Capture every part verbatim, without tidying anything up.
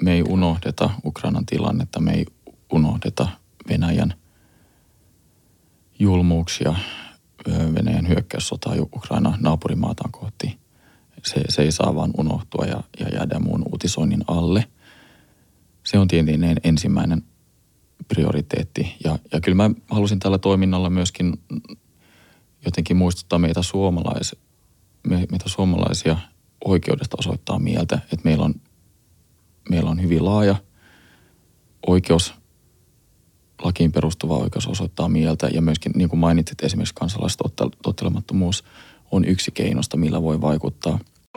me ei unohdeta Ukrainan tilannetta, me ei unohdeta Venäjän julmuuksia, Venäjän hyökkäyssotaa Ukraina naapurimaataan kohti. Se, se ei saa vaan unohtua ja, ja jäädä muun uutisoinnin alle. Se on tietenkin ensimmäinen prioriteetti. Ja, ja kyllä mä halusin tällä toiminnalla myöskin jotenkin muistuttaa meitä, suomalais, me, meitä suomalaisia oikeudesta osoittaa mieltä, että meillä on, meillä on hyvin laaja oikeus, lakiin perustuva oikeus osoittaa mieltä. Ja myöskin, niin kuin mainitsit, esimerkiksi kansalaistottelemattomuus on yksi keinosta, millä voi vaikuttaa.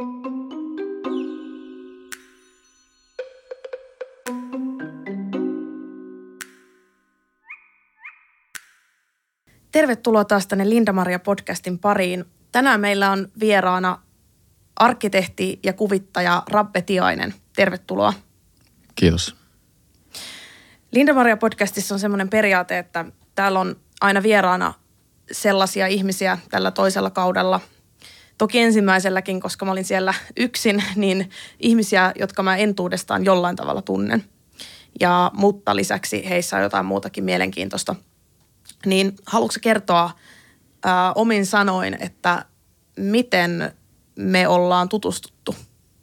Tervetuloa taas tänne Linda-Maria-podcastin pariin. Tänään meillä on vieraana arkkitehti ja kuvittaja Rabbe Tiainen. Tervetuloa. Kiitos. Linda-Maria-podcastissa on semmoinen periaate, että täällä on aina vieraana sellaisia ihmisiä tällä toisella kaudella. Toki ensimmäiselläkin, koska mä olin siellä yksin, niin ihmisiä, jotka mä entuudestaan jollain tavalla tunnen. Ja, mutta lisäksi heissä on jotain muutakin mielenkiintoista. Niin haluatko kertoa ää, omin sanoin, että miten me ollaan tutustuttu?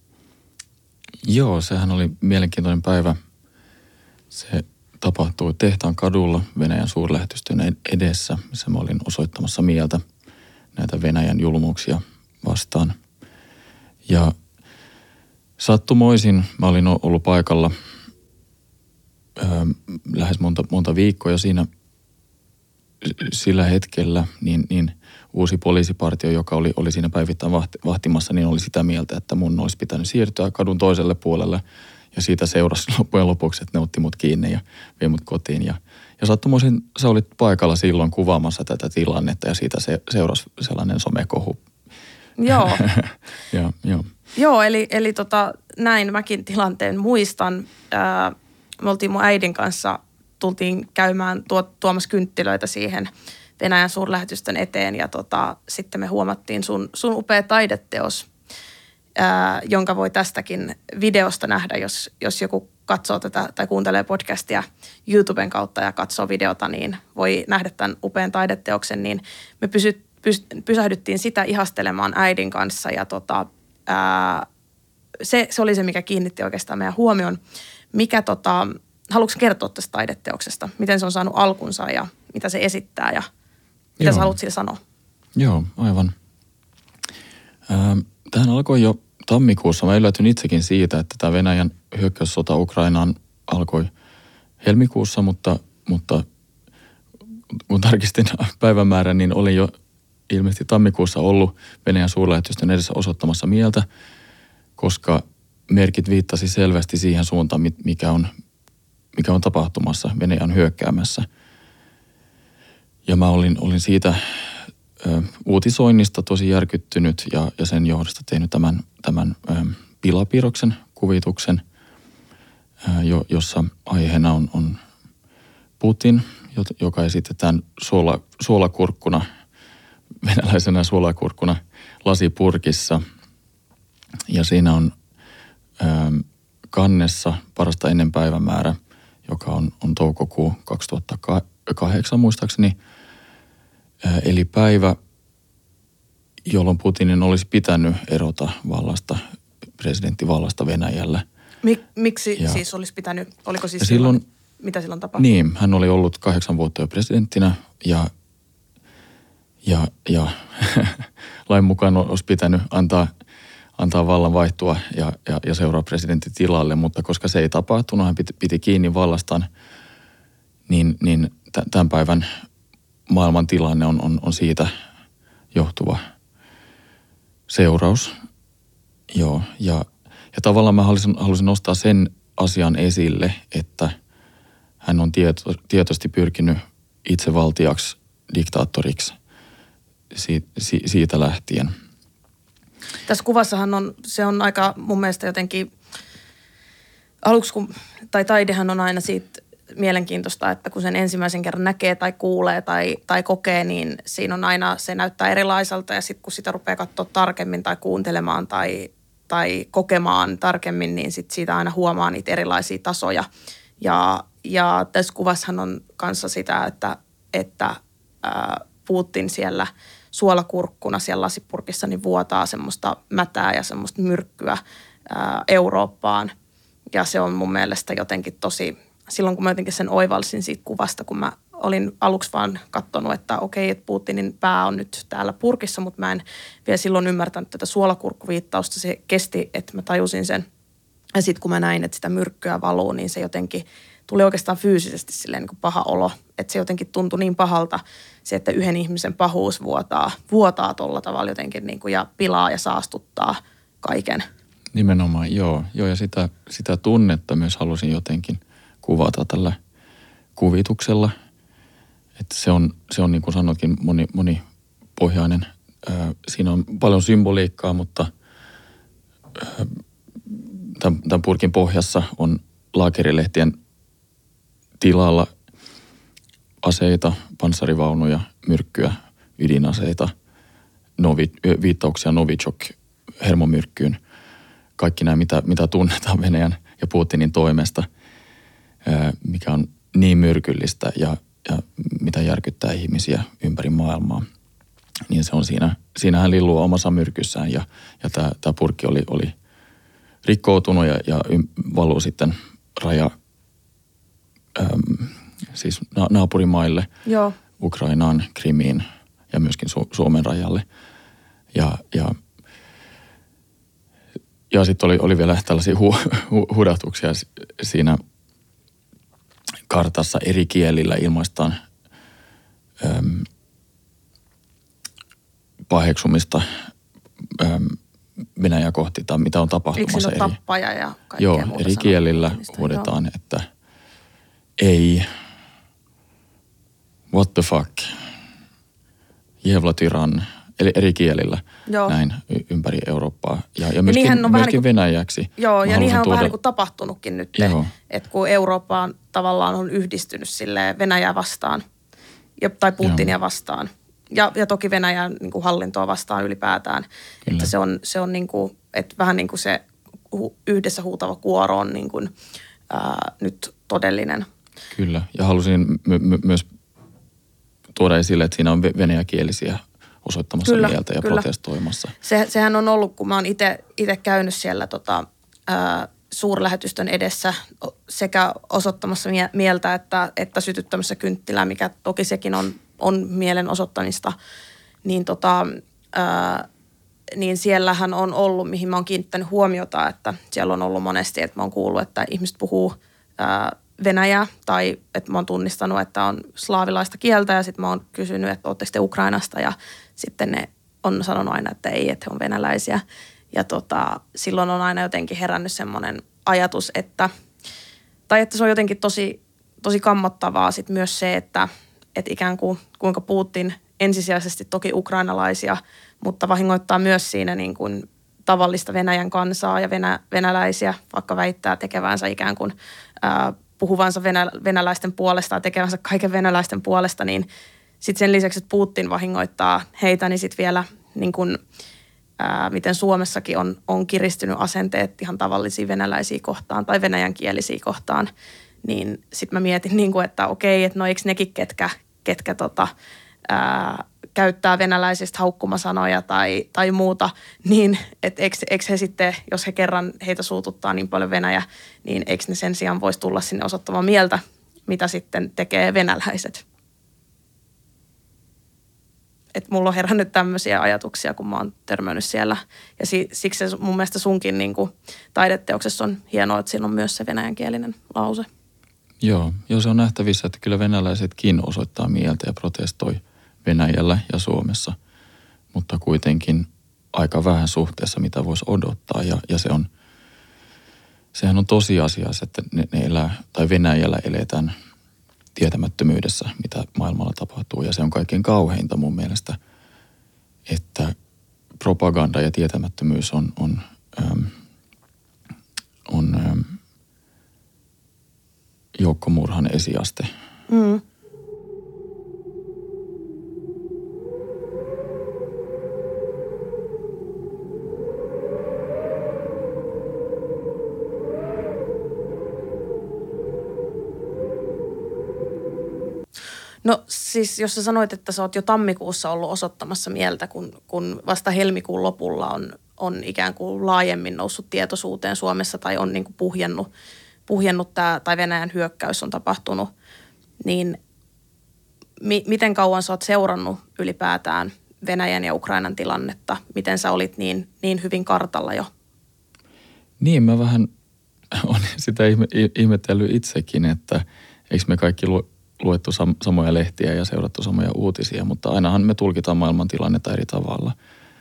Joo, sehän oli mielenkiintoinen päivä. Se tapahtui Tehtaan kadulla Venäjän suurlähetystön edessä, missä mä olin osoittamassa mieltä näitä Venäjän julmuuksia vastaan. Ja sattumoisin mä olin ollut paikalla ää, lähes monta, monta viikkoa ja siinä sillä hetkellä niin, niin uusi poliisipartio, joka oli, oli siinä päivittäin vahti, vahtimassa, niin oli sitä mieltä, että mun olisi pitänyt siirtyä kadun toiselle puolelle. Ja siitä seurasi loppujen lopuksi, että ne otti mut kiinni ja vei mut kotiin. Ja, ja sattumoisin sä olit paikalla silloin kuvaamassa tätä tilannetta ja siitä se, seurasi sellainen somekohu. Joo. ja, joo. Joo, eli, eli tota, näin mäkin tilanteen muistan. Ää, me oltiin mun äidin kanssa, tultiin käymään tuo, tuomassa kynttilöitä siihen Venäjän suurlähetystön eteen ja tota, sitten me huomattiin sun, sun upea taideteos, ää, jonka voi tästäkin videosta nähdä, jos, jos joku katsoo tätä tai kuuntelee podcastia YouTuben kautta ja katsoo videota, niin voi nähdä tämän upean taideteoksen, niin me pysy, pys, pysähdyttiin sitä ihastelemaan äidin kanssa ja tota, ää, se, se oli se, mikä kiinnitti oikeastaan meidän huomion. Mikä tota, haluatko kertoa tästä taideteoksesta? Miten se on saanut alkunsa ja mitä se esittää ja mitä Joo. sä haluat sillä sanoa? Joo, aivan. Ähm, tähän alkoi jo tammikuussa. Mä yllätyin itsekin siitä, että tämä Venäjän hyökkäyssota Ukrainaan alkoi helmikuussa, mutta, mutta kun tarkistin päivämäärän, niin olin jo ilmeisesti tammikuussa ollut Venäjän suurlähetystön edessä osoittamassa mieltä, koska merkit viittasi selvästi siihen suuntaan, mikä on, mikä on tapahtumassa, Venäjän hyökkäämässä. Ja mä olin, olin siitä ö, uutisoinnista tosi järkyttynyt ja, ja sen johdosta tehnyt tämän, tämän ö, pilapiirroksen kuvituksen, ö, jo, jossa aiheena on, on Putin, joka esitetään suola, suolakurkkuna, venäläisenä suolakurkkuna lasipurkissa. Ja siinä on ö, kannessa parasta ennen päivämäärä, joka on, on toukokuu kaksituhattakahdeksan muistaakseni. Eli päivä, jolloin Putinin olisi pitänyt erota vallasta, presidenttivallasta Venäjällä. Mik, miksi ja, siis olisi pitänyt, oliko siis silloin, silloin, mitä silloin tapahtui? Niin, hän oli ollut kahdeksan vuotta jo presidenttinä ja, ja, ja lain mukaan olisi pitänyt antaa, antaa vallan vaihtua ja, ja, ja seuraa presidentin tilalle, mutta koska se ei tapahtunut, hän piti, piti kiinni vallastaan, niin, niin tämän päivän maailman tilanne on, on, on siitä johtuva seuraus. Joo, ja, ja tavallaan mä halusin, halusin nostaa sen asian esille, että hän on tieto, tietoisesti pyrkinyt itsevaltiaksi, diktaattoriksi siitä, siitä lähtien. Tässä kuvassahan on, se on aika mun mielestä jotenkin, aluksi kun, tai taidehan on aina siitä mielenkiintoista, että kun sen ensimmäisen kerran näkee tai kuulee tai, tai kokee, niin siinä on aina, se näyttää erilaiselta ja sitten kun sitä rupeaa katsoa tarkemmin tai kuuntelemaan tai, tai kokemaan tarkemmin, niin sit siitä aina huomaa niitä erilaisia tasoja. Ja, ja tässä kuvassahan on kanssa sitä, että, että ää, Putin siellä suolakurkkuna siellä lasipurkissa niin vuotaa semmoista mätää ja semmoista myrkkyä ää, Eurooppaan. Ja se on mun mielestä jotenkin tosi, silloin kun mä jotenkin sen oivalsin siitä kuvasta, kun mä olin aluksi vaan katsonut, että okei, että Putinin pää on nyt täällä purkissa, mutta mä en vielä silloin ymmärtänyt tätä suolakurkkuviittausta. Se kesti, että mä tajusin sen. Ja sitten kun mä näin, että sitä myrkkyä valuu, niin se jotenkin tuli oikeastaan fyysisesti silleen niin kuin paha olo. Että se jotenkin tuntui niin pahalta se, että yhden ihmisen pahuus vuotaa, vuotaa tuolla tavalla jotenkin niin kuin ja pilaa ja saastuttaa kaiken. Nimenomaan, joo. joo ja sitä, sitä tunnetta myös halusin jotenkin kuvata tällä kuvituksella. Että se on, se on niin kuin sanotkin moni, monipohjainen. Siinä on paljon symboliikkaa, mutta tämän, tämän purkin pohjassa on laakerilehtien tilalla aseita, panssarivaunuja, myrkkyä, ydinaseita, novi, viittauksia Novichok-hermomyrkkyyn. Kaikki nämä, mitä, mitä tunnetaan Venäjän ja Putinin toimesta, mikä on niin myrkyllistä ja, ja mitä järkyttää ihmisiä ympäri maailmaa. Niin se on siinä, siinähän lilluu omassa myrkyssään ja, ja tämä, tämä purkki oli, oli rikkoutunut ja, ja valuu sitten raja, äm, siis na, naapurimaille, Joo. Ukrainaan, Krimiin ja myöskin Su- Suomen rajalle. Ja, ja, ja sitten oli, oli vielä tällaisia hu, hu, hudatuksia siinä kartassa eri kielillä ilmaistaan äm, paheksumista äm, Venäjä kohti tai mitä on tapahtumassa. Eikö eri, tappaja ja kaikkea joo, muuta eri kielillä huudetaan, joo. Että ei, what the fuck, jevla tyran, eli eri kielillä joo. näin ympäri Eurooppaa ja, ja myöskin, ja myöskin niin venäjäksi. Joo, ja niinhän on tuoda... vähän niin kuin tapahtunutkin nyt, että kun Eurooppaan tavallaan on yhdistynyt silleen Venäjää vastaan tai Putinia joo. vastaan. Ja, ja toki Venäjän niin kuin hallintoa vastaan ylipäätään. Kyllä. Että se on, se on niin kuin, että vähän niin kuin se hu, yhdessä huutava kuoro on niin kuin, ää, nyt todellinen. Kyllä, ja halusin my, my, myös tuoda esille, että siinä on venäjäkielisiä osoittamassa kyllä, mieltä ja kyllä. protestoimassa. Se, sehän on ollut, kun mä oon itse käynyt siellä tota, ää, suurlähetystön edessä sekä osoittamassa mieltä että, että sytyttämässä kynttilää, mikä toki sekin on on mielenosoittamista, niin, tota, ää, niin siellähän on ollut, mihin mä oon kiinnittänyt huomiota, että siellä on ollut monesti, että mä oon kuullut, että ihmiset puhuu ää, venäjää tai että mä oon tunnistanut, että on slaavilaista kieltä ja sitten mä oon kysynyt, että ootteko te Ukrainasta ja sitten ne on sanonut aina, että ei, että he on venäläisiä. Ja tota, silloin on aina jotenkin herännyt semmoinen ajatus, että, tai että se on jotenkin tosi, tosi kammottavaa sitten myös se, että että ikään kuin kuinka Putin ensisijaisesti toki ukrainalaisia, mutta vahingoittaa myös siinä niin kuin tavallista Venäjän kansaa ja venä, venäläisiä, vaikka väittää tekevänsä ikään kuin ää, puhuvansa venä, venäläisten puolesta ja tekevänsä kaiken venäläisten puolesta, niin sitten sen lisäksi, että Putin vahingoittaa heitä, niin sitten vielä niin kuin, ää, miten Suomessakin on, on kiristynyt asenteet ihan tavallisia venäläisiä kohtaan tai venäjänkielisiä kohtaan. Niin sitten mä mietin, niin kuin, että okei, että no eikö nekin, ketkä, ketkä tota, ää, käyttää venäläisistä haukkumasanoja tai, tai muuta, niin että eikö, eikö he sitten, jos he kerran heitä suututtaa niin paljon Venäjä, niin eikö ne sen sijaan voisi tulla sinne osoittamaan mieltä, mitä sitten tekee venäläiset. Että mulla on herännyt tämmöisiä ajatuksia, kun mä oon törmännyt siellä. Ja siksi se mun mielestä sunkin niin kuin taideteoksessa on hienoa, että siinä on myös se venäjänkielinen lause. Joo, joo, se on nähtävissä, että kyllä venäläisetkin osoittaa mieltä ja protestoi Venäjällä ja Suomessa, mutta kuitenkin aika vähän suhteessa, mitä voisi odottaa. Ja, ja se on, sehän on tosiasia, että ne, ne elää, tai Venäjällä eletään tietämättömyydessä, mitä maailmalla tapahtuu. Ja se on kaikkein kauheinta mun mielestä, että propaganda ja tietämättömyys on, on, äm, on äm, joukkomurhan esiaste. Mm. No siis jos sä sanoit, että sä oot jo tammikuussa ollut osoittamassa mieltä, kun, kun vasta helmikuun lopulla on, on ikään kuin laajemmin noussut tietoisuuteen Suomessa tai on niin kuin puhjennut, puhjennut tämä, tai Venäjän hyökkäys on tapahtunut, niin mi, miten kauan sä oot seurannut ylipäätään Venäjän ja Ukrainan tilannetta? Miten sä olit niin, niin hyvin kartalla jo? Niin, mä vähän olen sitä ihme, ihmetellyt itsekin, että eikö me kaikki lu, luettu sam, samoja lehtiä ja seurattu samoja uutisia, mutta ainahan me tulkitaan maailman tilannetta eri tavalla.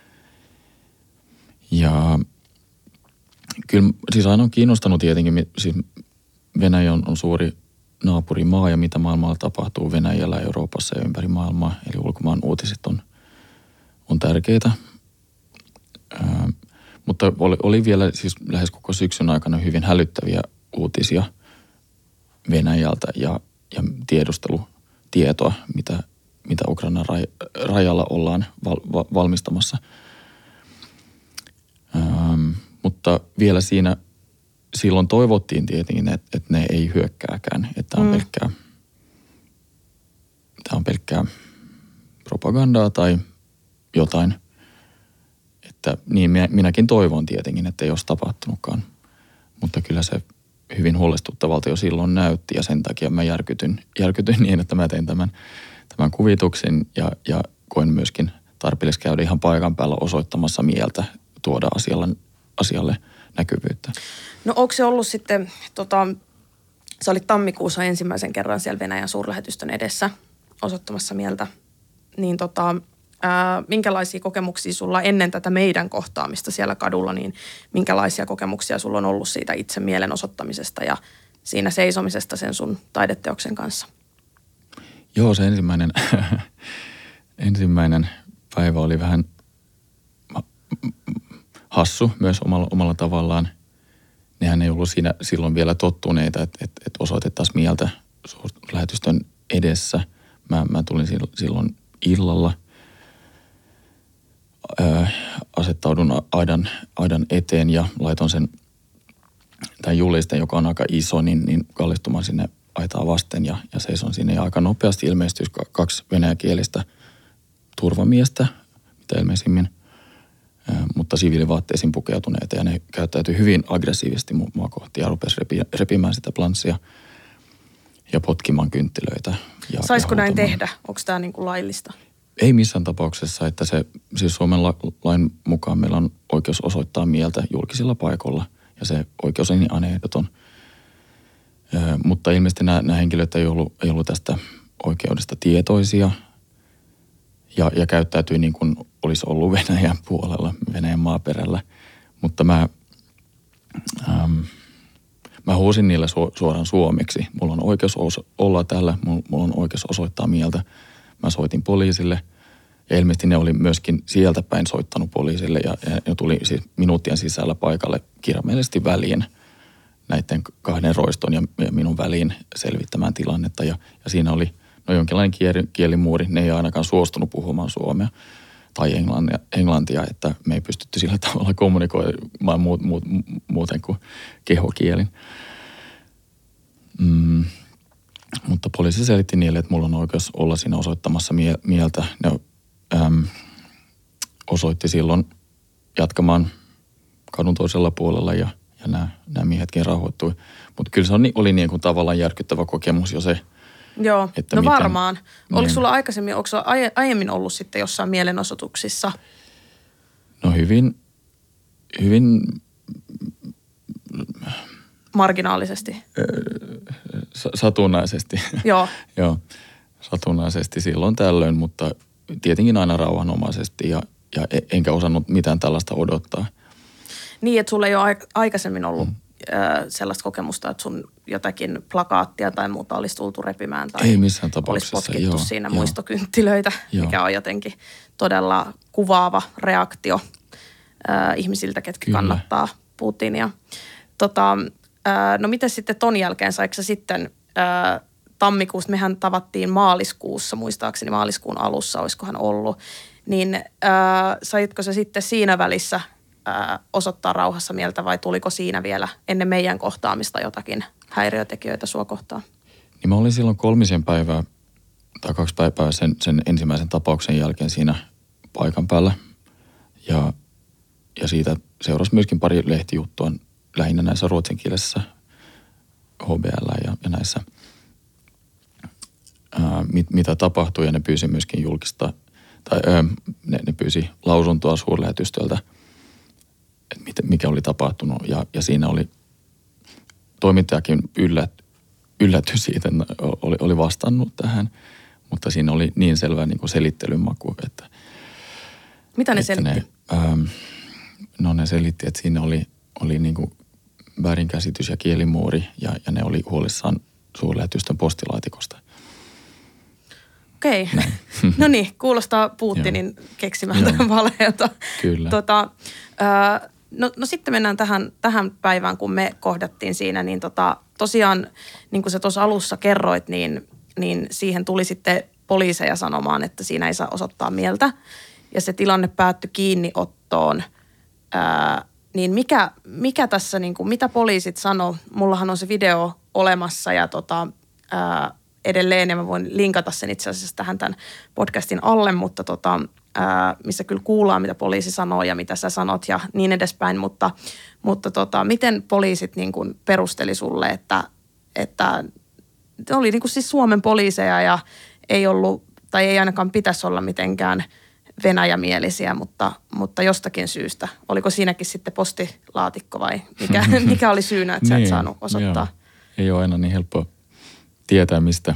Ja kyllä siis aina on kiinnostanut tietenkin, siis Venäjä on, on suuri naapurimaa ja mitä maailmalla tapahtuu Venäjällä, Euroopassa ja ympäri maailmaa. Eli ulkomaan uutiset on, on tärkeitä. Ää, mutta oli, oli vielä siis lähes koko syksyn aikana hyvin hälyttäviä uutisia Venäjältä ja, ja tiedustelutietoa, mitä, mitä Ukrainan raj, rajalla ollaan val, val, valmistamassa. Ää, mutta vielä siinä silloin toivottiin tietenkin, että, että ne ei hyökkääkään, että tämä on, mm. pelkkää, tämä on pelkkää propagandaa tai jotain. Että niin minäkin toivon tietenkin, että ei olisi tapahtunutkaan. Mutta kyllä se hyvin huolestuttavalta jo silloin näytti ja sen takia mä järkytyn, järkytyn niin, että mä tein tämän, tämän kuvituksen ja, ja koin myöskin tarpeelliseksi käydä ihan paikan päällä osoittamassa mieltä, tuoda asialle, asialle näkyvyyttä. No onko se ollut sitten, tota, sä olit tammikuussa ensimmäisen kerran siellä Venäjän suurlähetystön edessä osoittamassa mieltä, niin tota, ää, minkälaisia kokemuksia sulla ennen tätä meidän kohtaamista siellä kadulla, niin minkälaisia kokemuksia sulla on ollut siitä itse mielenosoittamisesta ja siinä seisomisesta sen sun taideteoksen kanssa? Joo, se ensimmäinen, ensimmäinen päivä oli vähän hassu myös omalla, omalla tavallaan. Nehän ei ollut siinä silloin vielä tottuneita, että, että, että osoitettaisiin mieltä lähetystön edessä. Mä, mä tulin silloin illalla, ää, asettaudun aidan, aidan eteen ja laitoin sen tämän julisten, joka on aika iso, niin, niin kallistumaan sinne aitaa vasten ja, ja seison sinne. Ja aika nopeasti ilmestyi kaksi venäjäkielistä turvamiestä, mitä ilmeisimmin. Mutta siviilivaatteisiin pukeutuneita ja ne käyttäytyi hyvin aggressiivisesti mua kohti ja rupesi repi, repimään sitä planssia ja potkimaan kynttilöitä. Ja, Saisiko ja näin tehdä? Onko tämä niin kuin laillista? Ei missään tapauksessa, että se siis Suomen lain mukaan meillä on oikeus osoittaa mieltä julkisilla paikoilla ja se oikeus on niin aina ehdoton. Mutta ilmeisesti nämä, nämä henkilöt ei ollut, ei ollut tästä oikeudesta tietoisia ja, ja käyttäytyi niin kuin olisi ollut Venäjän puolella, Venäjän maaperällä. Mutta mä, ähm, mä huusin niille su- suoraan suomeksi. Mulla on oikeus os- olla täällä, mulla, mulla on oikeus osoittaa mieltä. Mä soitin poliisille ja ilmeisesti ne oli myöskin sieltä päin soittanut poliisille ja, ja ne tuli siis minuuttien sisällä paikalle kirjaimellisesti väliin näiden kahden roiston ja, ja minun väliin selvittämään tilannetta. Ja, ja siinä oli no jonkinlainen kieli, kielimuuri, ne ei ainakaan suostunut puhumaan suomea tai englantia, englantia, että me ei pystytty sillä tavalla kommunikoimaan muut, muut, muuten kuin kehokielin. Mm, mutta poliisi selitti niille, että mulla on oikeus olla siinä osoittamassa mie- mieltä. Ne äm, osoitti silloin jatkamaan kadun toisella puolella ja, ja nämä, nämä miehetkin rauhoittui. Mutta kyllä se on, oli niin kuin tavallaan järkyttävä kokemus jo se. Joo, että no miten, varmaan. Oliko niin. sulla aikaisemmin, onko sulla aiemmin ollut sitten jossain mielenosoituksissa? No hyvin, hyvin marginaalisesti. Satunnaisesti. Joo. Joo, satunnaisesti silloin tällöin, mutta tietenkin aina rauhanomaisesti ja, ja enkä osannut mitään tällaista odottaa. Niin, että sulla ei ole aikaisemmin ollut mm. sellaista kokemusta, että sun jotakin plakaattia tai muuta olisi tultu repimään tai ei missään tapauksessa, olisi potkittu joo, siinä joo. muistokynttilöitä, joo. mikä on jotenkin todella kuvaava reaktio äh, ihmisiltä, ketkä Kyllä. kannattaa Putinia. Tota, äh, no miten sitten ton jälkeen, saiko sä sitten äh, tammikuusta, mehän tavattiin maaliskuussa, muistaakseni maaliskuun alussa, olisikohan ollut, niin äh, saitko sä sitten siinä välissä äh, osoittaa rauhassa mieltä vai tuliko siinä vielä ennen meidän kohtaamista jotakin häiriötekijöitä sua kohtaan? Niin mä olin silloin kolmisen päivää tai kaksi päivää sen, sen ensimmäisen tapauksen jälkeen siinä paikan päällä. Ja, ja siitä seurasi myöskin pari lehtijuttua lähinnä näissä ruotsinkielisissä H B L ja, ja näissä, ää, mit, mitä tapahtui. Ja ne pyysi myöskin julkista, tai ää, ne, ne pyysi lausuntoa suurlähetystöltä, että mikä oli tapahtunut. Ja, ja siinä oli, toimittajakin yllät, yllätty siitä, että oli, oli vastannut tähän. Mutta siinä oli niin selvä niin kuin selittelyn maku, että... Mitä ne selitti? Ne, ähm, no ne selitti, että siinä oli, oli niin kuin väärinkäsitys ja kielimuuri ja, ja ne oli huolissaan suurlähetystön postilaatikosta. Okei. Okay. No niin, kuulostaa Putinin keksimältä valheelta. Kyllä. Tota, äh, no, no sitten mennään tähän, tähän päivään, kun me kohdattiin siinä, niin tota, tosiaan, niin kuin sä tuossa alussa kerroit, niin, niin siihen tuli sitten poliiseja sanomaan, että siinä ei saa osoittaa mieltä. Ja se tilanne päättyi kiinniottoon. Ää, niin mikä, mikä tässä, niin kuin, mitä poliisit sanoo? Mullahan on se video olemassa ja tota, ää, edelleen, ja mä voin linkata sen itse asiassa tähän tämän podcastin alle, mutta tota, ää, missä kyllä kuullaan, mitä poliisi sanoo ja mitä sä sanot ja niin edespäin. Mutta, mutta tota, miten poliisit niin kuin perusteli sulle, että, että oli niin kuin siis Suomen poliiseja ja ei ollut, tai ei ainakaan pitäisi olla mitenkään venäjämielisiä, mutta, mutta jostakin syystä. Oliko siinäkin sitten postilaatikko vai mikä, mikä oli syynä, että sä et saanut osoittaa? Joo. Ei ole aina niin helppo tietää, mistä,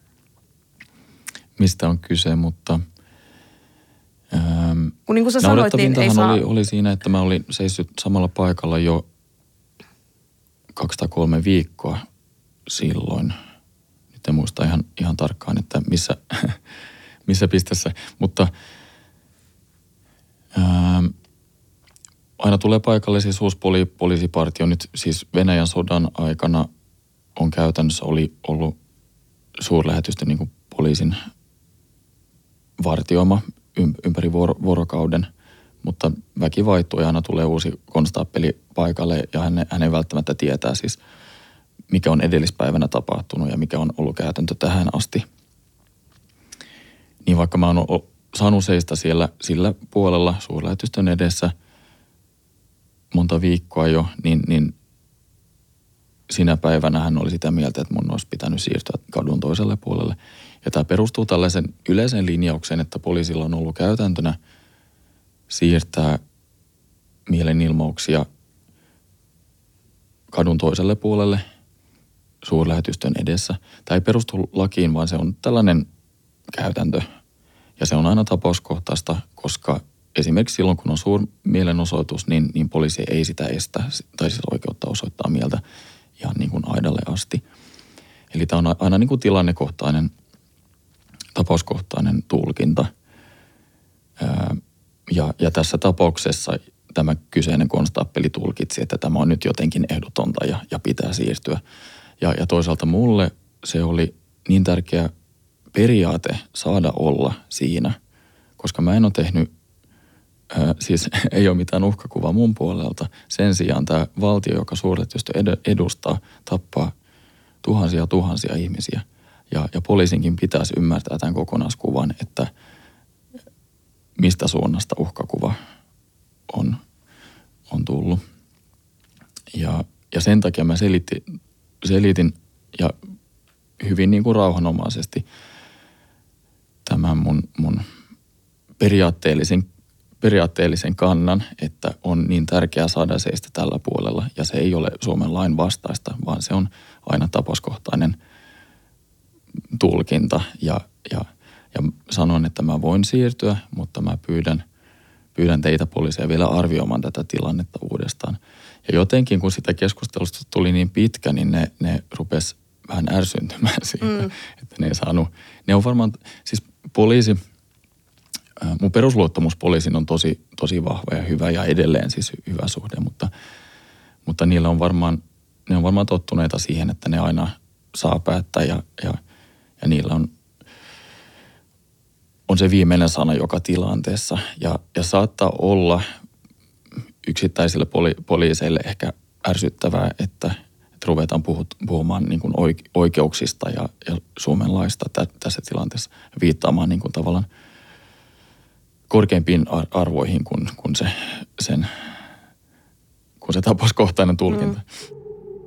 mistä on kyse, mutta ähm, kun niin kuin sä sanoit, niin ei saa... oli, oli siinä, että mä olin seissyt samalla paikalla jo kaksi tai kolme viikkoa silloin. Nyt en muista ihan, ihan tarkkaan, että missä, missä pisteessä, mutta ähm, aina tulee paikalle siis uusi poli, poliisipartio. Nyt siis Venäjän sodan aikana on käytännössä oli ollut suurlähetystön niin kuin poliisin vartioima ympäri vuorokauden, mutta väki vaihtuu ja aina tulee uusi konstaappeli paikalle ja hän, hän ei välttämättä tietää siis, mikä on edellispäivänä tapahtunut ja mikä on ollut käytäntö tähän asti. Niin vaikka mä oon saanut seistä siellä sillä puolella suurlähetystön edessä monta viikkoa jo, niin, niin sinä päivänä hän oli sitä mieltä, että mun olisi pitänyt siirtyä kadun toiselle puolelle. Ja tämä perustuu tällaisen yleiseen linjaukseen, että poliisilla on ollut käytäntönä siirtää mielenilmauksia kadun toiselle puolelle suurlähetystön edessä. Tämä ei perustu lakiin, vaan se on tällainen käytäntö. Ja se on aina tapauskohtaista, koska esimerkiksi silloin, kun on suurmielenosoitus, niin, niin poliisi ei sitä estä, tai siis oikeutta osoittaa mieltä ihan niin kuin aidalle asti. Eli tämä on aina niin kuin tilannekohtainen, tapauskohtainen tulkinta. Ja, ja tässä tapauksessa tämä kyseinen konstaappeli tulkitsi, että tämä on nyt jotenkin ehdotonta ja, ja pitää siirtyä. Ja, ja toisaalta mulle se oli niin tärkeä periaate saada olla siinä, koska mä en ole tehnyt, ää, siis ei ole mitään uhkakuvaa mun puolelta. Sen sijaan tämä valtio, joka suurlähetystö edustaa, tappaa tuhansia tuhansia ihmisiä. Ja, ja poliisinkin pitäisi ymmärtää tämän kokonaiskuvan, että mistä suunnasta uhkakuva on, on tullut. Ja, ja sen takia mä selitin, selitin ja hyvin niin kuin rauhanomaisesti tämän mun, mun periaatteellisen, periaatteellisen kannan, että on niin tärkeää saada seistä tällä puolella. Ja se ei ole Suomen lain vastaista, vaan se on aina tapauskohtainen tulkinta. Ja, ja, ja sanon, että mä voin siirtyä, mutta mä pyydän, pyydän teitä poliiseja vielä arvioimaan tätä tilannetta uudestaan. Ja jotenkin, kun sitä keskustelusta tuli niin pitkä, niin ne, ne rupes vähän ärsyntymään siitä, mm. että ne ei saanut. Ne on varmaan, siis poliisi, mun perusluottamus poliisin on tosi, tosi vahva ja hyvä ja edelleen siis hyvä suhde, mutta, mutta niillä on varmaan, ne on varmaan tottuneita siihen, että ne aina saa päättää ja, ja, ja niillä on, on se viimeinen sana joka tilanteessa. Ja, ja saattaa olla yksittäisille poli, poliiseille ehkä ärsyttävää, että, että ruvetaan puhut, puhumaan niin kuin oikeuksista ja, ja Suomen laista tä, tässä tilanteessa, viittaamaan niin kuin tavallaan korkeimpiin arvoihin kuin, kuin se, sen, kuin se tapauskohtainen tulkinta. Mm.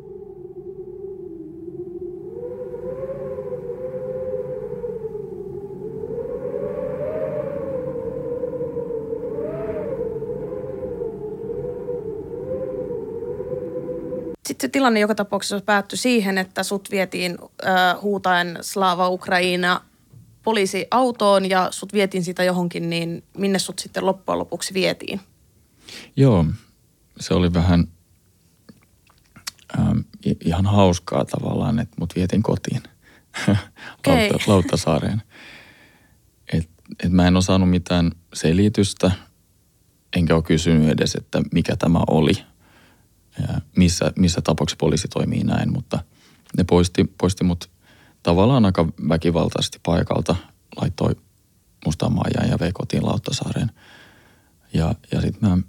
Sitten se tilanne joka tapauksessa päättyi siihen, että sut vietiin äh, huutaen Slava Ukraina poliisiautoon ja sut vietiin sitä johonkin, niin minne sut sitten loppujen lopuksi vietiin? Joo, se oli vähän ähm, ihan hauskaa tavallaan, että mut vietiin kotiin okay. Lautta, Lauttasaareen. Et, et mä en osannut mitään selitystä, enkä ole kysynyt edes, että mikä tämä oli. Ja missä, missä tapauksessa poliisi toimii näin, mutta ne poisti, poisti mut tavallaan aika väkivaltaisesti paikalta, laittoi mustaan maajaan ja vei kotiin Lauttasaareen. Ja, ja sitten mä,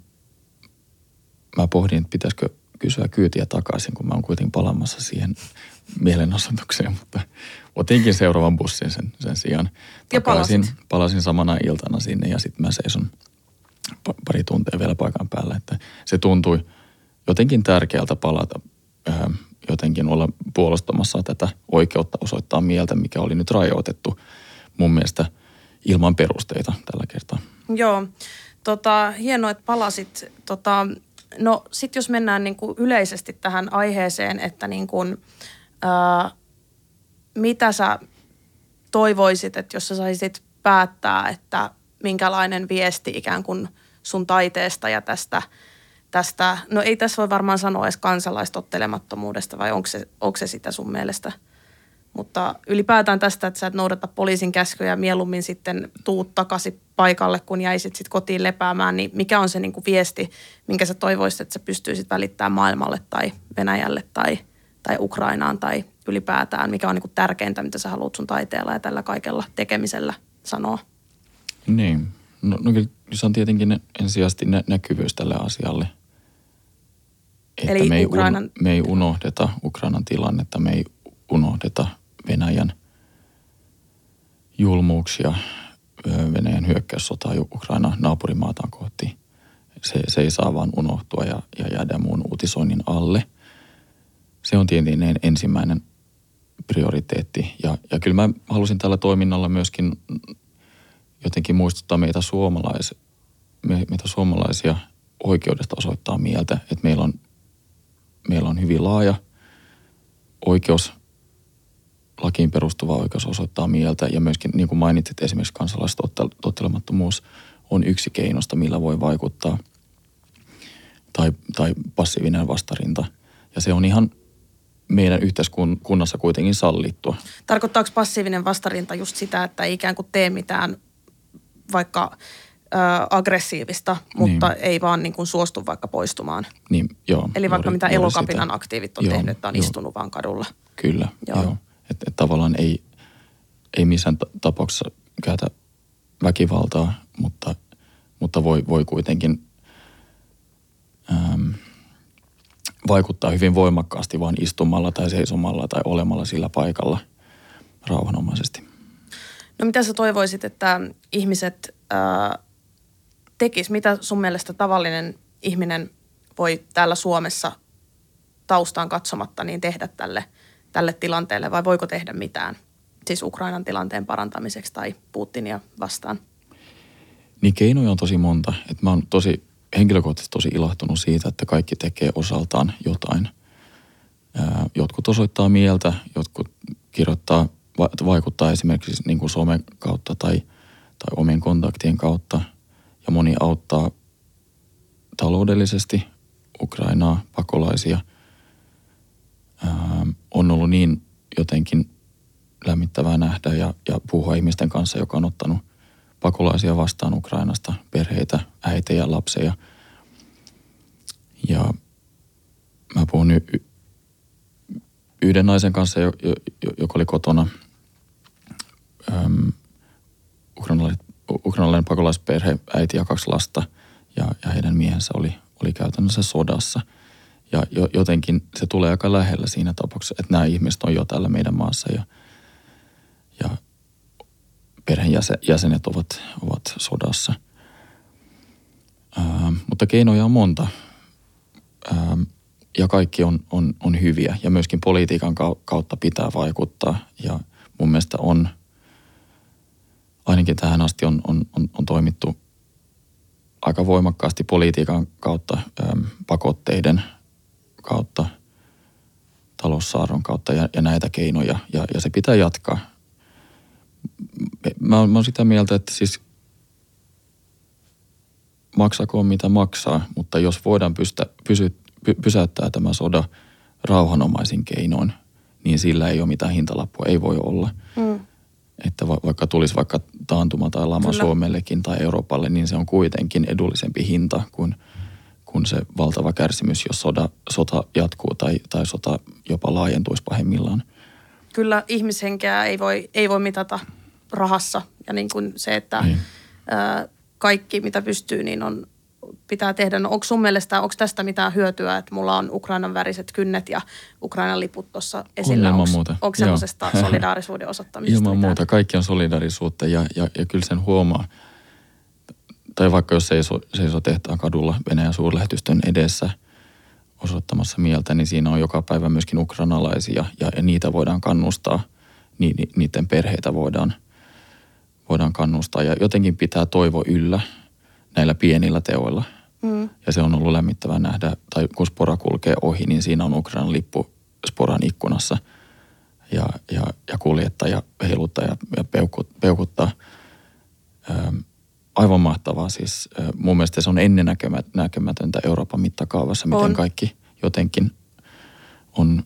mä pohdin, että pitäisikö kysyä kyytiä takaisin, kun mä oon kuitenkin palaamassa siihen mielenosoitukseen, mutta otinkin seuraavan bussin sen, sen sijaan takaisin. Palasin samana iltana sinne ja sitten mä seison pari tuntia vielä paikan päällä, että se tuntui jotenkin tärkeältä palata, jotenkin olla puolustamassa tätä oikeutta osoittaa mieltä, mikä oli nyt rajoitettu mun mielestä ilman perusteita tällä kertaa. Joo, tota, hienoa, että palasit. Tota, no sit jos mennään niin kuin yleisesti tähän aiheeseen, että niin kuin, ää, mitä sä toivoisit, että jos sä saisit päättää, että minkälainen viesti ikään kuin sun taiteesta ja tästä Tästä, no ei tässä voi varmaan sanoa edes kansalaistottelemattomuudesta, vai onko se, onko se sitä sun mielestä? Mutta ylipäätään tästä, että sä et noudata poliisin käskyjä ja mieluummin sitten tuut takaisin paikalle, kun jäisit sitten kotiin lepäämään, niin mikä on se niin kuin viesti, minkä sä toivoisit, että sä pystyisit välittämään maailmalle tai Venäjälle tai, tai Ukrainaan tai ylipäätään? Mikä on niin kuin tärkeintä, mitä sä haluat sun taiteella ja tällä kaikella tekemisellä sanoa? Niin, no, no kyllä se on tietenkin ensisijaisesti nä- näkyvyys tälle asialle. Että Eli me ei, Ukrainan... un, me ei unohdeta Ukrainan tilannetta, me ei unohdeta Venäjän julmuuksia, Venäjän hyökkäyssotaa Ukraina naapurimaataan kohti. Se, se ei saa vaan unohtua ja, ja jäädä muun uutisoinnin alle. Se on tietenkin ensimmäinen prioriteetti. Ja, ja kyllä mä halusin tällä toiminnalla myöskin jotenkin muistuttaa meitä, suomalais, me, meitä suomalaisia oikeudesta osoittaa mieltä, että meillä on Meillä on hyvin laaja oikeus, lakiin perustuva oikeus osoittaa mieltä ja myöskin, niin kuin mainitsit, esimerkiksi kansalaistottelemattomuus on yksi keinosta, millä voi vaikuttaa tai, tai passiivinen vastarinta. Ja se on ihan meidän yhteiskunnassa kuitenkin sallittua. Tarkoittaako passiivinen vastarinta just sitä, että ei ikään kuin tee mitään vaikka aggressiivista, mutta niin. ei vaan niin kuin suostu vaikka poistumaan. Niin, joo. Eli vaikka juuri, mitä juuri Elokapinan sitä. aktiivit on joo, tehnyt, että on joo. istunut vaan kadulla. Kyllä, joo. joo. Että et tavallaan ei, ei missään tapauksessa käytä väkivaltaa, mutta, mutta voi, voi kuitenkin äm, vaikuttaa hyvin voimakkaasti vaan istumalla tai seisomalla tai olemalla sillä paikalla rauhanomaisesti. No mitä sä toivoisit, että ihmiset ää, tekis? Mitä sun mielestä tavallinen ihminen voi täällä Suomessa taustaan katsomatta niin tehdä tälle, tälle tilanteelle vai voiko tehdä mitään? Siis Ukrainan tilanteen parantamiseksi tai Putinia vastaan? Niin keinoja on tosi monta. Et mä oon tosi henkilökohtaisesti tosi ilahtunut siitä, että kaikki tekee osaltaan jotain. Ää, jotkut osoittaa mieltä, jotkut kirjoittaa, va- vaikuttaa esimerkiksi niin kuin somen kautta tai, tai omien kontaktien kautta. Ja moni auttaa taloudellisesti Ukrainaa, pakolaisia. Ää, on ollut niin jotenkin lämmittävää nähdä ja, ja puhua ihmisten kanssa, joka on ottanut pakolaisia vastaan Ukrainasta, perheitä, äitejä, lapsia. Ja mä puhun y- y- yhden naisen kanssa, jo, jo, joka oli kotona. Öm, ukrainalainen, ukrainalainen pakolaisperhe, äiti ja kaksi lasta. Ja, ja heidän miehensä oli, oli käytännössä sodassa. Ja jotenkin se tulee aika lähellä siinä tapauksessa, että nämä ihmiset on jo täällä meidän maassa ja, ja perheenjäsenet ovat, ovat sodassa. Ää, mutta keinoja on monta ää, ja kaikki on, on, on hyviä ja myöskin politiikan kautta pitää vaikuttaa ja mun mielestä on, ainakin tähän asti on, on, on, on toimittu aika voimakkaasti politiikan kautta, ää, pakotteiden kautta, taloussaarron kautta ja, ja näitä keinoja ja, ja se pitää jatkaa. Mä, mä oon sitä mieltä, että siis maksakoon mitä maksaa, mutta jos voidaan pystä, pysy, py, pysäyttää tämä soda rauhanomaisin keinoin, niin sillä ei ole mitään hintalappua, ei voi olla. Mm. Että va, vaikka tulisi vaikka taantuma tai lama Kyllä. Suomellekin tai Euroopalle, niin se on kuitenkin edullisempi hinta kuin, kuin se valtava kärsimys, jos soda, sota jatkuu tai, tai sota jopa laajentuisi pahimmillaan. Kyllä ihmishenkeä ei voi, ei voi mitata rahassa ja niin kuin se, että niin. ää, kaikki mitä pystyy, niin on, pitää tehdä. No onko sun mielestä, onko tästä mitään hyötyä, että mulla on Ukrainan väriset kynnet ja Ukrainan liput tuossa esillä? On onko, muuta. Onko semmoisesta solidaarisuuden osoittamisesta? Ilman mitään? Muuta. Kaikki on solidaarisuutta ja, ja, ja kyllä sen huomaa. Tai vaikka jos seisoo, seisoo tehtaan kadulla Venäjän suurlähetystön edessä osoittamassa mieltä, niin siinä on joka päivä myöskin ukrainalaisia ja, ja niitä voidaan kannustaa. Ni, ni, niiden perheitä voidaan, voidaan kannustaa ja jotenkin pitää toivo yllä näillä pienillä teoilla. Mm. Ja se on ollut lämmittävää nähdä, tai kun spora kulkee ohi, niin siinä on Ukrainan lippu sporan ikkunassa ja, ja, ja kuljettaja heiluttaa ja, ja peukut, peukuttaa. Ähm, aivan mahtavaa siis. Äh, mun mielestä se on ennennäkemätöntä Euroopan mittakaavassa, miten on. Kaikki jotenkin on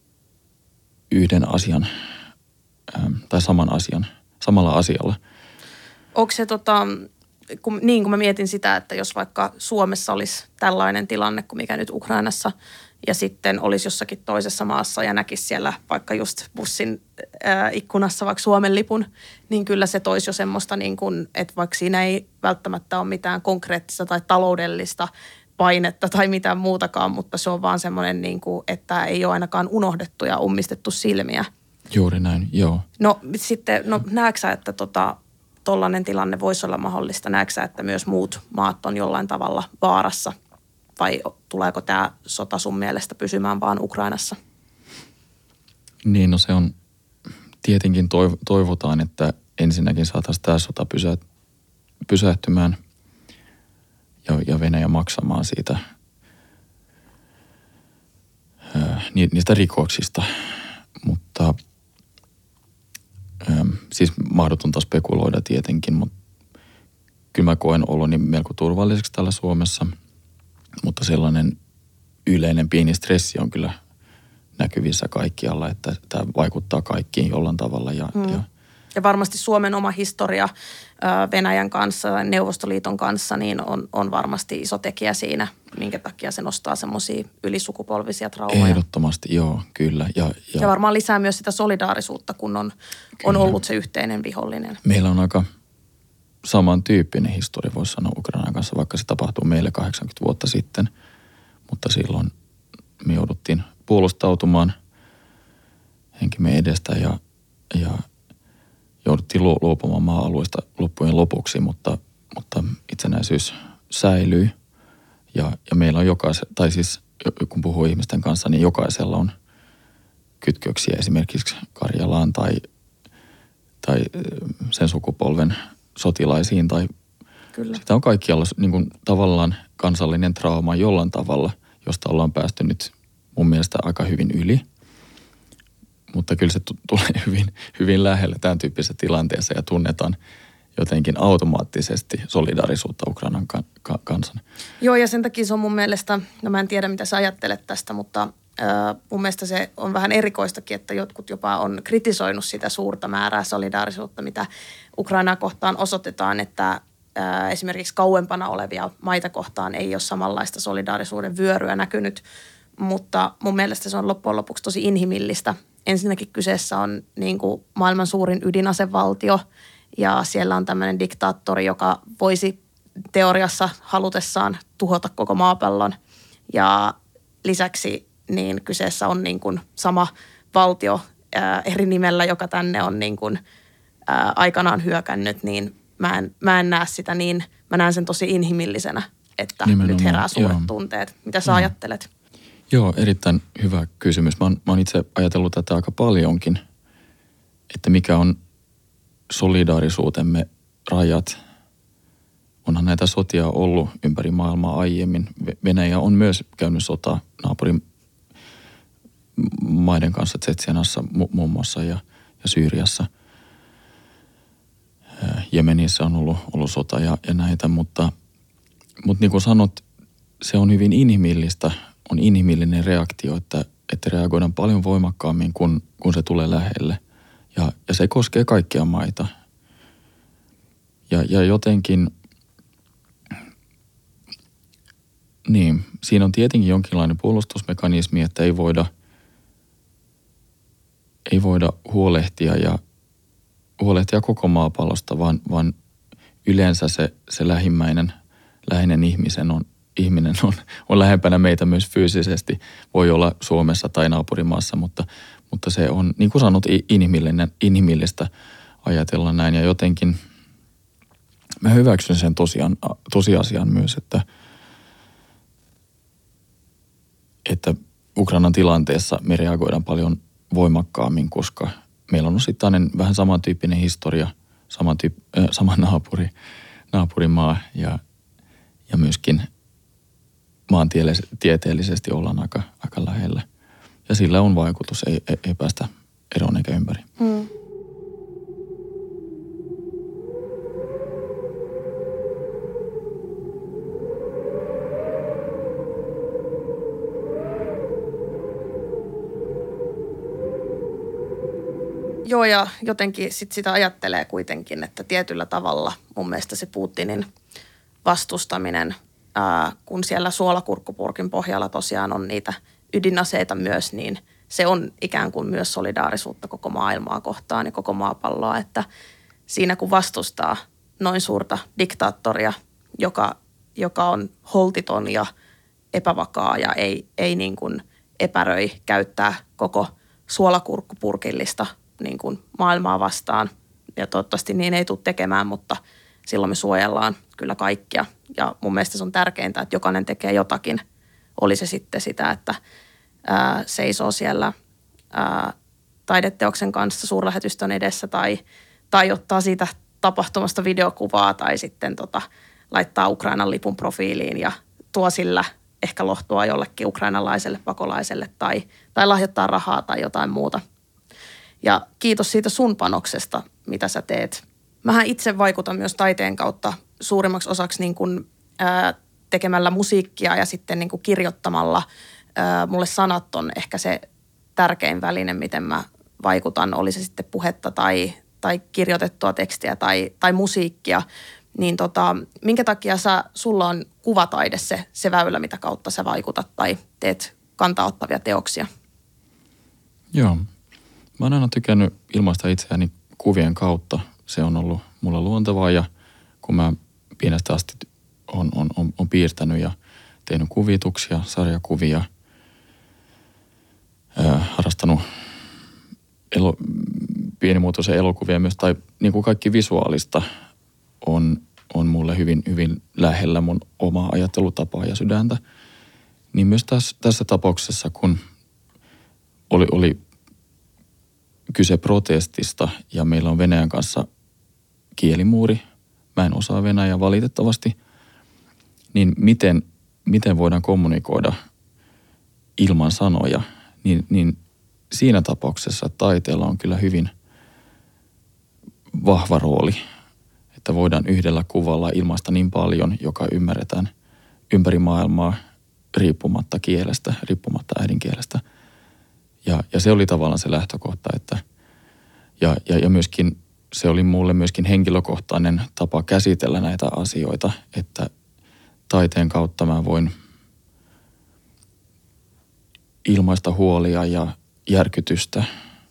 yhden asian ähm, tai saman asian, samalla asialla. Onko se tota... Kun, niin kuin mä mietin sitä, että jos vaikka Suomessa olisi tällainen tilanne kuin mikä nyt Ukrainassa ja sitten olisi jossakin toisessa maassa ja näkisi siellä vaikka just bussin ää, ikkunassa vaikka Suomen lipun, niin kyllä se toisi jo semmoista niin kuin, että vaikka siinä ei välttämättä ole mitään konkreettista tai taloudellista painetta tai mitään muutakaan, mutta se on vaan semmoinen, niin kuin, että ei ole ainakaan unohdettu ja ummistettu silmiä. Juuri näin, joo. No sitten, no näetkö sä, että tota... tollainen tilanne voisi olla mahdollista? Näetkö että myös muut maat on jollain tavalla vaarassa? Vai tuleeko tämä sota sun mielestä pysymään vaan Ukrainassa? Niin, no se on, tietenkin toivotaan, että ensinnäkin saataisiin tämä sota pysä, pysähtymään ja, ja Venäjä maksamaan siitä ää, niistä rikoksista. Mutta siis mahdotonta spekuloida tietenkin, mutta kyllä mä koen oloni melko turvalliseksi täällä Suomessa, mutta sellainen yleinen pieni stressi on kyllä näkyvissä kaikkialla, että tämä vaikuttaa kaikkiin jollain tavalla. Ja, mm. ja, ja varmasti Suomen oma historia Venäjän kanssa, Neuvostoliiton kanssa, niin on, on varmasti iso tekijä siinä, minkä takia se nostaa semmoisia ylisukupolvisia traumoja. Ehdottomasti, joo, kyllä. Ja, ja, ja varmaan lisää myös sitä solidaarisuutta, kun on, on ollut se yhteinen vihollinen. Meillä on aika samantyyppinen historia, voisi sanoa Ukrainan kanssa, vaikka se tapahtuu meille kahdeksankymmentä vuotta sitten. Mutta silloin me jouduttiin puolustautumaan henkimme edestä ja, ja jouduttiin luopumaan maa-alueista loppujen lopuksi, mutta, mutta itsenäisyys säilyi. Ja, ja meillä on jokaisella, tai siis kun puhuu ihmisten kanssa, niin jokaisella on kytköksiä esimerkiksi Karjalaan tai, tai sen sukupolven sotilaisiin. Tai Kyllä. Sitä on kaikkialla niin kuin tavallaan kansallinen trauma jollain tavalla, josta ollaan päästy nyt mun mielestä aika hyvin yli. Mutta kyllä se t- tulee hyvin, hyvin lähelle tämän tyyppisessä tilanteessa ja tunnetaan jotenkin automaattisesti solidaarisuutta Ukrainan ka- ka- kansan. Joo, ja sen takia se on mun mielestä, no mä en tiedä mitä sä ajattelet tästä, mutta äh, mun mielestä se on vähän erikoistakin, että jotkut jopa on kritisoinut sitä suurta määrää solidaarisuutta, mitä Ukrainaa kohtaan osoitetaan, että äh, esimerkiksi kauempana olevia maita kohtaan ei ole samanlaista solidaarisuuden vyöryä näkynyt, mutta mun mielestä se on loppujen lopuksi tosi inhimillistä. Ensinnäkin kyseessä on niin kuin maailman suurin ydinasevaltio ja siellä on tämmöinen diktaattori, joka voisi teoriassa halutessaan tuhota koko maapallon. Ja lisäksi niin kyseessä on niin kuin sama valtio ää, eri nimellä, joka tänne on niin kuin, ää, aikanaan hyökännyt, niin mä en, mä en näe sitä niin, mä näen sen tosi inhimillisenä, että nimenomaan, nyt herää suuret joo. tunteet. Mitä sä joo. ajattelet? Joo, erittäin hyvä kysymys. Mä oon, mä oon itse ajatellut tätä aika paljonkin, että mikä on solidaarisuutemme rajat. Onhan näitä sotia ollut ympäri maailmaa aiemmin. Venäjä on myös käynyt sotaa naapurin maiden kanssa, Tsetsianassa muun muassa ja, ja Syyriassa. Jemenissä on ollut, ollut sota ja, ja näitä, mutta, mutta niin kuin sanot, se on hyvin inhimillistä, on inhimillinen reaktio, että, että reagoidaan paljon voimakkaammin, kun, kun se tulee lähelle. Ja, ja se koskee kaikkia maita. Ja, ja jotenkin, niin, siinä on tietenkin jonkinlainen puolustusmekanismi, että ei voida, ei voida huolehtia ja huolehtia koko maapallosta, vaan, vaan yleensä se, se lähimmäinen, läheinen ihmisen on, ihminen on, on lähempänä meitä myös fyysisesti. Voi olla Suomessa tai naapurimaassa, mutta, mutta se on, niin kuin sanot, inhimillinen, inhimillistä ajatella näin. Ja jotenkin mä hyväksyn sen tosiaan, tosiasian myös, että, että Ukrainan tilanteessa me reagoidaan paljon voimakkaammin, koska meillä on osittain vähän samantyyppinen historia, saman, tyyp, äh, sama naapuri, naapurimaa ja, ja myöskin maantieteellisesti ollaan aika, aika lähellä. Ja sillä on vaikutus, ei, ei, ei päästä eroon eikä ympäri. Hmm. Joo, ja jotenkin sit sitä ajattelee kuitenkin, että tietyllä tavalla mun mielestä se Putinin vastustaminen, ää, kun siellä suolakurkkupurkin pohjalla tosiaan on niitä ydinaseita myös, niin se on ikään kuin myös solidaarisuutta koko maailmaa kohtaan ja koko maapalloa, että siinä kun vastustaa noin suurta diktaattoria, joka, joka on holtiton ja epävakaa ja ei, ei niin kuin epäröi käyttää koko suolakurkkupurkillista niin kuin maailmaa vastaan. Ja toivottavasti niin ei tule tekemään, mutta silloin me suojellaan kyllä kaikkia. Ja mun mielestä se on tärkeintä, että jokainen tekee jotakin. Oli se sitten sitä, että ää, seisoo siellä ää, taideteoksen kanssa suurlähetystön edessä tai, tai ottaa siitä tapahtumasta videokuvaa tai sitten tota, laittaa Ukrainan lipun profiiliin ja tuo sillä ehkä lohtua jollekin ukrainalaiselle pakolaiselle tai, tai lahjoittaa rahaa tai jotain muuta. Ja kiitos siitä sun panoksesta, mitä sä teet. Mähän itse vaikutan myös taiteen kautta suurimmaksi osaksi niin kuin, ää, tekemällä musiikkia ja sitten niin kuin kirjoittamalla. Ää, mulle sanat on ehkä se tärkein väline, miten mä vaikutan, oli se sitten puhetta tai, tai kirjoitettua tekstiä tai, tai musiikkia. Niin tota, minkä takia sä, sulla on kuvataide se, se väylä, mitä kautta sä vaikutat tai teet kantaottavia teoksia? Joo. Mä oon aina tykännyt ilmaista itseäni kuvien kautta. Se on ollut mulla luontevaa ja kun mä pienestä asti on, on, on, on piirtänyt ja tehnyt kuvituksia, sarjakuvia, ää, harrastanut elo, pienimuotoisia elokuvia myös, tai niin kuin kaikki visuaalista on, on mulle hyvin, hyvin lähellä mun omaa ajattelutapaa ja sydäntä. Niin myös tässä, tässä tapauksessa, kun oli, oli kyse protestista ja meillä on Venäjän kanssa kielimuuri, mä en osaa venäjää valitettavasti, niin miten, miten voidaan kommunikoida ilman sanoja, niin, niin siinä tapauksessa taiteella on kyllä hyvin vahva rooli, että voidaan yhdellä kuvalla ilmaista niin paljon, joka ymmärretään ympäri maailmaa riippumatta kielestä, riippumatta äidinkielestä. Ja, ja se oli tavallaan se lähtökohta, että ja, ja, ja myöskin se oli mulle myöskin henkilökohtainen tapa käsitellä näitä asioita, että taiteen kautta mä voin ilmaista huolia ja järkytystä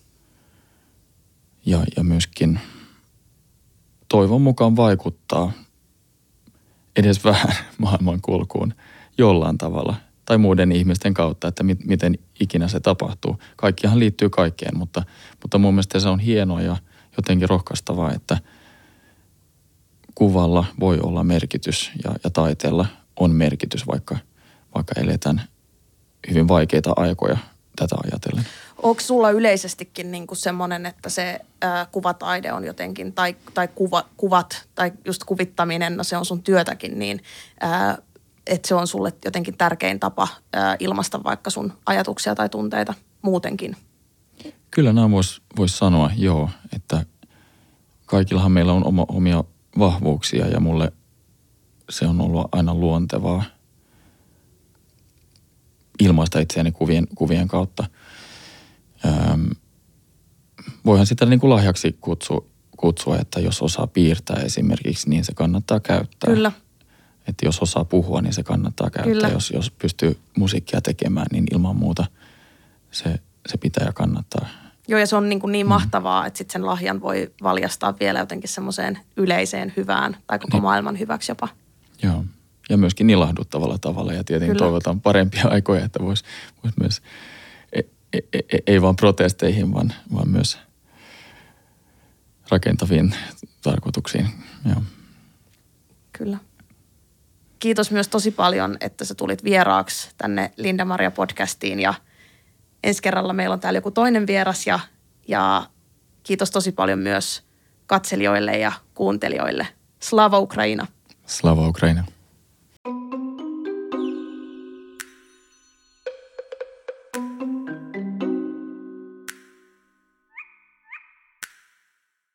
ja, ja myöskin toivon mukaan vaikuttaa edes vähän maailmankulkuun jollain tavalla. tai muiden ihmisten kautta, että mit, miten ikinä se tapahtuu. Kaikkihan liittyy kaikkeen, mutta, mutta mun mielestä se on hienoa ja jotenkin rohkaistavaa, että kuvalla voi olla merkitys ja, ja taiteella on merkitys, vaikka, vaikka eletään hyvin vaikeita aikoja tätä ajatellen. Onko sulla yleisestikin niinku semmoinen, että se ää, kuvataide on jotenkin, tai, tai kuva, kuvat, tai just kuvittaminen, no se on sun työtäkin, niin ää, että se on sulle jotenkin tärkein tapa ää, ilmaista vaikka sun ajatuksia tai tunteita muutenkin? Kyllä nämä vois, vois sanoa, joo, että kaikillahan meillä on oma, omia vahvuuksia ja mulle se on ollut aina luontevaa ilmaista itseäni kuvien, kuvien kautta. Öm, voihan sitä niin kuin lahjaksi kutsua, kutsua, että jos osaa piirtää esimerkiksi, niin se kannattaa käyttää. Kyllä. Että jos osaa puhua, niin se kannattaa käyttää. Kyllä. Jos, jos pystyy musiikkia tekemään, niin ilman muuta se, se pitää ja kannattaa. Joo, ja se on niin, kuin niin mahtavaa, että sitten sen lahjan voi valjastaa vielä jotenkin semmoiseen yleiseen hyvään tai koko niin. maailman hyväksi jopa. Joo, ja myöskin ilahduttavalla tavalla ja tietenkin Kyllä. toivotaan parempia aikoja, että voisi vois myös, ei, ei, ei vaan protesteihin, vaan, vaan myös rakentaviin tarkoituksiin. Joo. Kyllä. Kiitos myös tosi paljon, että sä tulit vieraaksi tänne Linda-Maria podcastiin ja ensi kerralla meillä on täällä joku toinen vieras ja, ja kiitos tosi paljon myös katselijoille ja kuuntelijoille. Slava Ukraina! Slava Ukraina!